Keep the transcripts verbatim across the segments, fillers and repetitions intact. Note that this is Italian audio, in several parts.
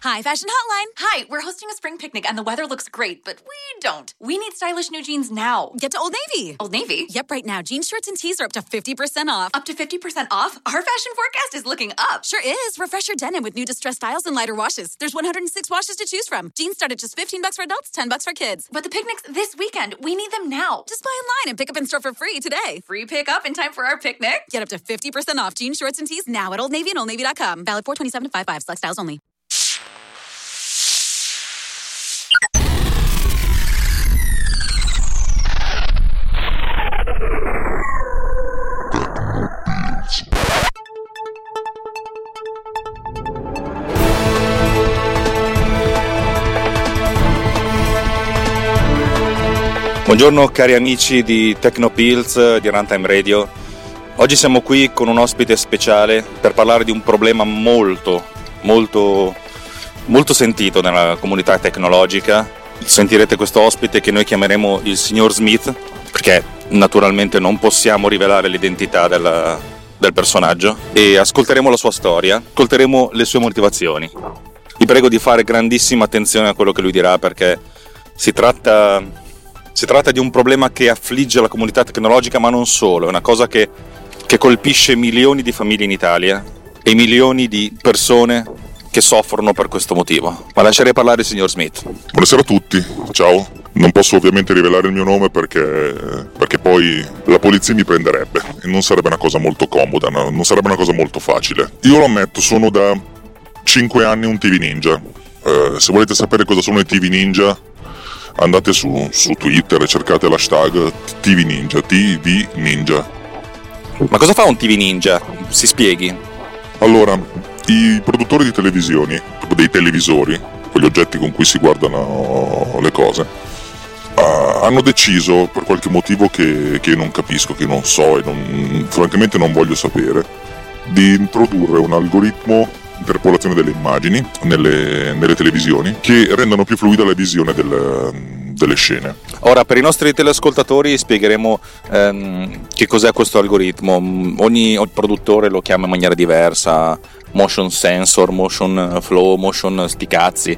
Hi, Fashion Hotline. Hi, we're hosting a spring picnic and the weather looks great, but we don't. We need stylish new jeans now. Get to Old Navy. Old Navy? Yep, right now, jeans, shorts, and tees are up to fifty percent off. Up to fifty percent off? Our fashion forecast is looking up. Sure is. Refresh your denim with new distressed styles and lighter washes. There's one hundred six washes to choose from. Jeans start at just fifteen bucks for adults, ten bucks for kids. But the picnic's this weekend. We need them now. Just buy online and pick up in store for free today. Free pickup in time for our picnic? Get up to fifty percent off jeans, shorts, and tees now at Old Navy and old navy dot com. Valid four twenty-seven to five five. Select styles only. Buongiorno cari amici di Tecnopills di Runtime Radio. Oggi siamo qui con un ospite speciale per parlare di un problema molto, molto, molto sentito nella comunità tecnologica. Sentirete questo ospite che noi chiameremo il signor Smith, perché naturalmente non possiamo rivelare l'identità della, del personaggio, e ascolteremo la sua storia, ascolteremo le sue motivazioni. Vi prego di fare grandissima attenzione a quello che lui dirà, perché si tratta... Si tratta di un problema che affligge la comunità tecnologica, ma non solo, è una cosa che, che colpisce milioni di famiglie in Italia e milioni di persone che soffrono per questo motivo. Ma lascerei parlare il signor Smith. Buonasera a tutti, ciao. Non posso ovviamente rivelare il mio nome perché, perché poi la polizia mi prenderebbe e non sarebbe una cosa molto comoda, no? Non sarebbe una cosa molto facile. Io lo ammetto, sono da cinque anni un T V Ninja. Eh, se volete sapere cosa sono i T V Ninja, andate su, su Twitter e cercate l'hashtag T V Ninja, T V Ninja. Ma cosa fa un T V Ninja? Si spieghi. Allora, i produttori di televisioni, proprio dei televisori, quegli oggetti con cui si guardano le cose, uh, hanno deciso, per qualche motivo che, che io non capisco, che non so e non, francamente non voglio sapere, di introdurre un algoritmo interpolazione delle immagini nelle, nelle televisioni che rendano più fluida la visione del, delle scene. Ora, per i nostri teleascoltatori spiegheremo ehm, che cos'è questo algoritmo. Ogni produttore lo chiama in maniera diversa: motion sensor, motion flow, motion sti cazzi.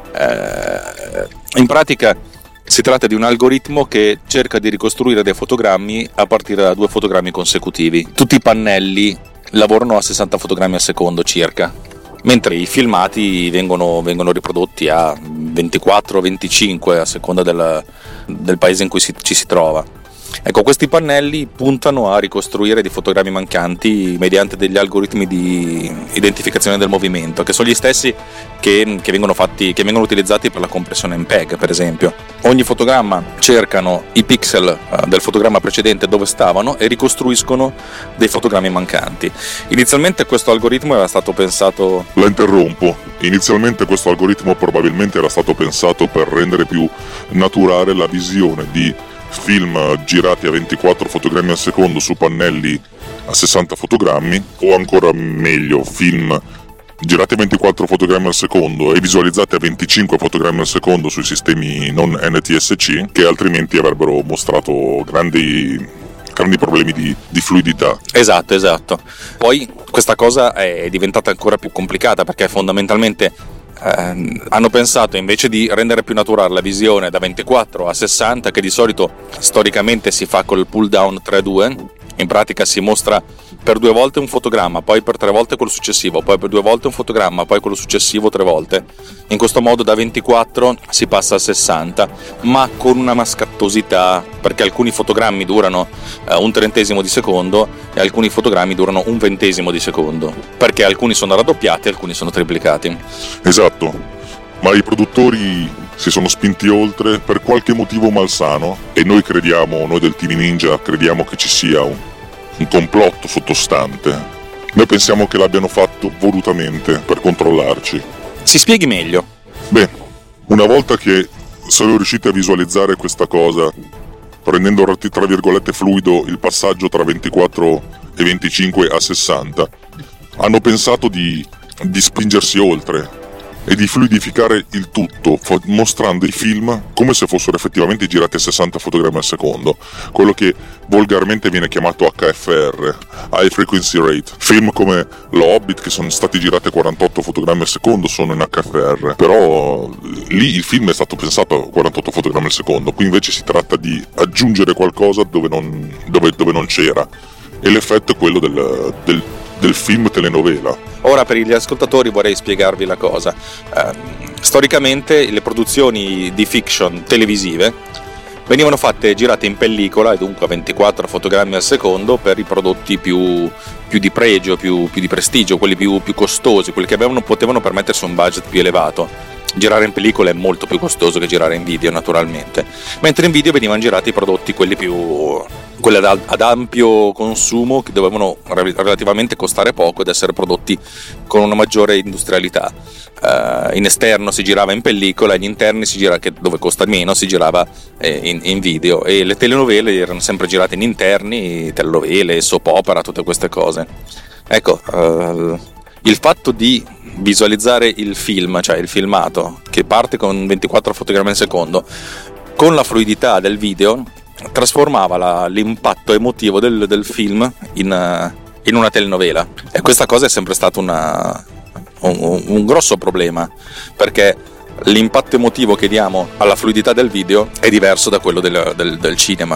Eh, in pratica si tratta di un algoritmo che cerca di ricostruire dei fotogrammi a partire da due fotogrammi consecutivi. Tutti i pannelli lavorano a sessanta fotogrammi al secondo circa, mentre i filmati vengono, vengono riprodotti a ventiquattro venticinque a seconda del, del paese in cui si, ci si trova. Ecco, questi pannelli puntano a ricostruire dei fotogrammi mancanti mediante degli algoritmi di identificazione del movimento, che sono gli stessi che, che vengono fatti, che vengono utilizzati per la compressione M P E G, per esempio. Ogni fotogramma cercano i pixel uh, del fotogramma precedente dove stavano e ricostruiscono dei fotogrammi mancanti. Inizialmente questo algoritmo era stato pensato... La interrompo. Inizialmente questo algoritmo probabilmente era stato pensato per rendere più naturale la visione di film girati a ventiquattro fotogrammi al secondo su pannelli a sessanta fotogrammi, o ancora meglio film girati a ventiquattro fotogrammi al secondo e visualizzati a venticinque fotogrammi al secondo sui sistemi non N T S C, che altrimenti avrebbero mostrato grandi grandi problemi di, di fluidità. Esatto, esatto. Poi questa cosa è diventata ancora più complicata, perché fondamentalmente Eh, hanno pensato, invece di rendere più naturale la visione da ventiquattro a sessanta, che di solito storicamente si fa col pull down tre due, in pratica si mostra per due volte un fotogramma, poi per tre volte quello successivo, poi per due volte un fotogramma, poi quello successivo tre volte. In questo modo da ventiquattro si passa a sessanta, ma con una mascattosità, perché alcuni fotogrammi durano eh, un trentesimo di secondo e alcuni fotogrammi durano un ventesimo di secondo, perché alcuni sono raddoppiati e alcuni sono triplicati. Esatto, ma i produttori si sono spinti oltre per qualche motivo malsano, e noi crediamo, noi del T V Ninja crediamo che ci sia un, un complotto sottostante. Noi pensiamo che l'abbiano fatto volutamente per controllarci. Si spieghi meglio. Beh, una volta che sono riusciti a visualizzare questa cosa, rendendo tra virgolette fluido il passaggio tra ventiquattro e venticinque a sessanta, hanno pensato di, di spingersi oltre e di fluidificare il tutto, fo- mostrando i film come se fossero effettivamente girati a sessanta fotogrammi al secondo, quello che volgarmente viene chiamato H F R, High Frequency Rate. Film come Lo Hobbit, che sono stati girati a quarantotto fotogrammi al secondo, sono in H F R, però lì il film è stato pensato a quarantotto fotogrammi al secondo, qui invece si tratta di aggiungere qualcosa dove non, dove, dove non c'era, e l'effetto è quello del, del, del film telenovela. Ora per gli ascoltatori vorrei spiegarvi la cosa. Eh, storicamente le produzioni di fiction televisive venivano fatte girate in pellicola e dunque a ventiquattro fotogrammi al secondo per i prodotti più, più di pregio, più, più di prestigio, quelli più, più costosi, quelli che avevano, potevano permettersi un budget più elevato. Girare in pellicola è molto più costoso che girare in video, naturalmente, mentre in video venivano girati i prodotti quelli più quelli ad, ad ampio consumo, che dovevano relativamente costare poco ed essere prodotti con una maggiore industrialità. Uh, in esterno si girava in pellicola, in interni si gira, che dove costa meno, si girava eh, in, in video, e le telenovele erano sempre girate in interni, telenovele, soap opera, tutte queste cose. Ecco, uh, il fatto di visualizzare il film, cioè il filmato che parte con ventiquattro fotogrammi al secondo, con la fluidità del video, trasformava la, l'impatto emotivo del, del film in, in una telenovela, e questa cosa è sempre stato una, un, un grosso problema, perché l'impatto emotivo che diamo alla fluidità del video è diverso da quello del, del, del cinema.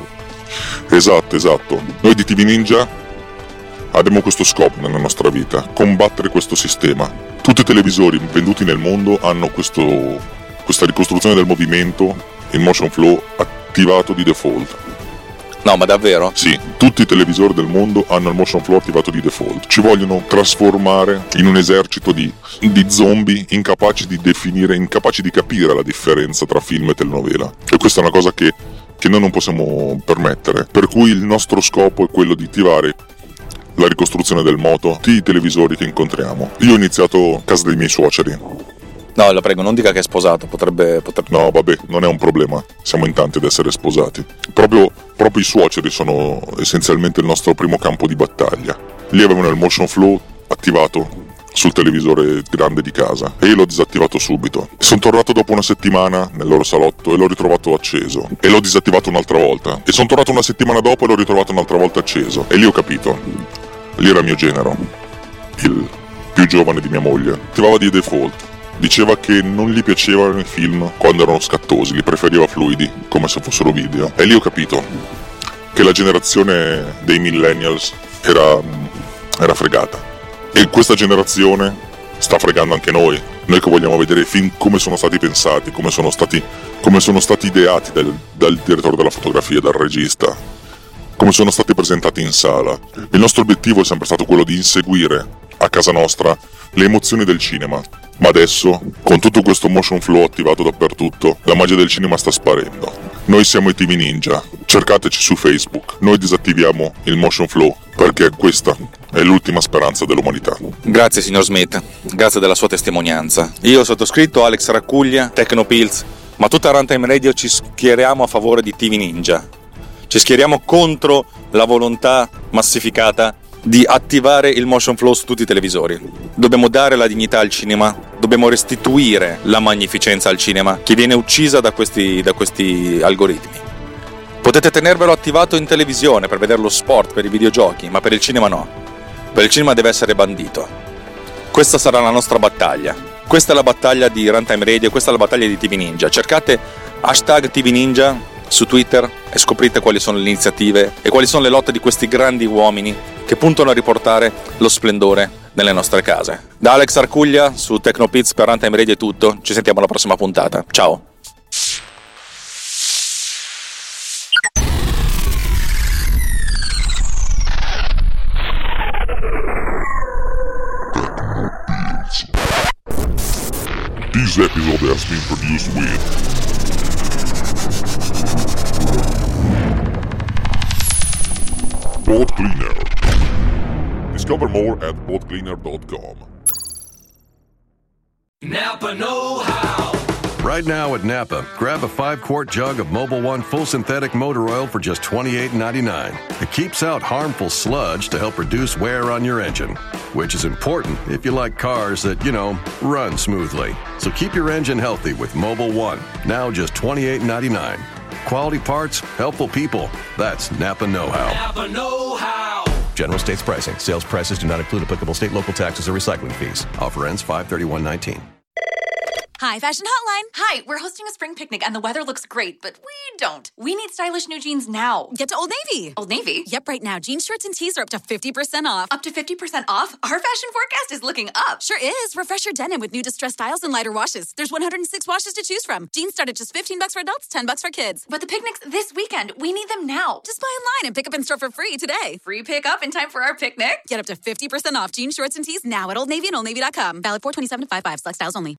Esatto, esatto. Noi di T V Ninja abbiamo questo scopo nella nostra vita: combattere questo sistema. Tutti i televisori venduti nel mondo hanno questo, questa ricostruzione del movimento, il motion flow attivato di default. No, ma davvero? Sì, tutti i televisori del mondo hanno il motion flow attivato di default. Ci vogliono trasformare in un esercito di, di zombie incapaci di definire, incapaci di capire la differenza tra film e telenovela. E questa è una cosa che, che noi non possiamo permettere. Per cui il nostro scopo è quello di attivare la ricostruzione del moto, tutti i televisori che incontriamo. Io ho iniziato a casa dei miei suoceri. No, la prego, non dica che è sposato, potrebbe, potrebbe... No, vabbè, non è un problema, siamo in tanti ad essere sposati. Proprio, proprio i suoceri sono essenzialmente il nostro primo campo di battaglia. Lì avevano il motion flow attivato sul televisore grande di casa e io l'ho disattivato subito. Sono tornato dopo una settimana nel loro salotto e l'ho ritrovato acceso, e l'ho disattivato un'altra volta, e sono tornato una settimana dopo e l'ho ritrovato un'altra volta acceso, e lì ho capito. Lì era mio genero, il più giovane di mia moglie. Attivava di default, diceva che non gli piacevano i film quando erano scattosi, li preferiva fluidi, come se fossero video. E lì ho capito che la generazione dei millennials era, era fregata. E questa generazione sta fregando anche noi. Noi che vogliamo vedere i film come sono stati pensati, come sono stati, come sono stati ideati dal, dal direttore della fotografia, dal regista, come sono stati presentati in sala. Il nostro obiettivo è sempre stato quello di inseguire a casa nostra le emozioni del cinema. Ma adesso, con tutto questo motion flow attivato dappertutto, la magia del cinema sta sparendo. Noi siamo i T V Ninja, cercateci su Facebook. Noi disattiviamo il motion flow perché questa è l'ultima speranza dell'umanità. Grazie signor Smith, grazie della sua testimonianza. Io sottoscritto Alex Raccuglia, Tecnopills, ma tutta Runtime Radio ci schieriamo a favore di T V Ninja. Ci schieriamo contro la volontà massificata di attivare il motion flow su tutti i televisori. Dobbiamo dare la dignità al cinema, dobbiamo restituire la magnificenza al cinema che viene uccisa da questi, da questi algoritmi. Potete tenervelo attivato in televisione per vedere lo sport, per i videogiochi, ma per il cinema no. Per il cinema deve essere bandito. Questa sarà la nostra battaglia. Questa è la battaglia di Runtime Radio, questa è la battaglia di T V Ninja. Cercate hashtag T V Ninja su Twitter e scoprite quali sono le iniziative e quali sono le lotte di questi grandi uomini che puntano a riportare lo splendore nelle nostre case. Da Alex Arcuglia su Tecnopills per Runtime Radio è tutto, ci sentiamo alla prossima puntata. Ciao! This episode has been produced with Pod Cleaner. Discover more at pod cleaner dot com. Napa know how. Right now at Napa, grab a five-quart jug of Mobil one full synthetic motor oil for just twenty-eight ninety-nine. It keeps out harmful sludge to help reduce wear on your engine, which is important if you like cars that, you know, run smoothly. So keep your engine healthy with Mobil one, now just twenty-eight ninety-nine. Quality parts, helpful people. That's Napa Know-How. Napa Know-How. General States pricing. Sales prices do not include applicable state, local taxes, or recycling fees. Offer ends five thirty-one nineteen. Hi, Fashion Hotline. Hi, we're hosting a spring picnic and the weather looks great, but we don't. We need stylish new jeans now. Get to Old Navy. Old Navy? Yep, right now, jean shorts and tees are up to fifty percent off. Up to fifty percent off? Our fashion forecast is looking up. Sure is. Refresh your denim with new distressed styles and lighter washes. There's one hundred six washes to choose from. Jeans start at just fifteen bucks for adults, ten bucks for kids. But the picnic's this weekend. We need them now. Just buy online and pick up in store for free today. Free pickup in time for our picnic? Get up to fifty percent off jean shorts and tees now at Old Navy and old navy dot com. Valid four twenty-seven to five five. Select styles only.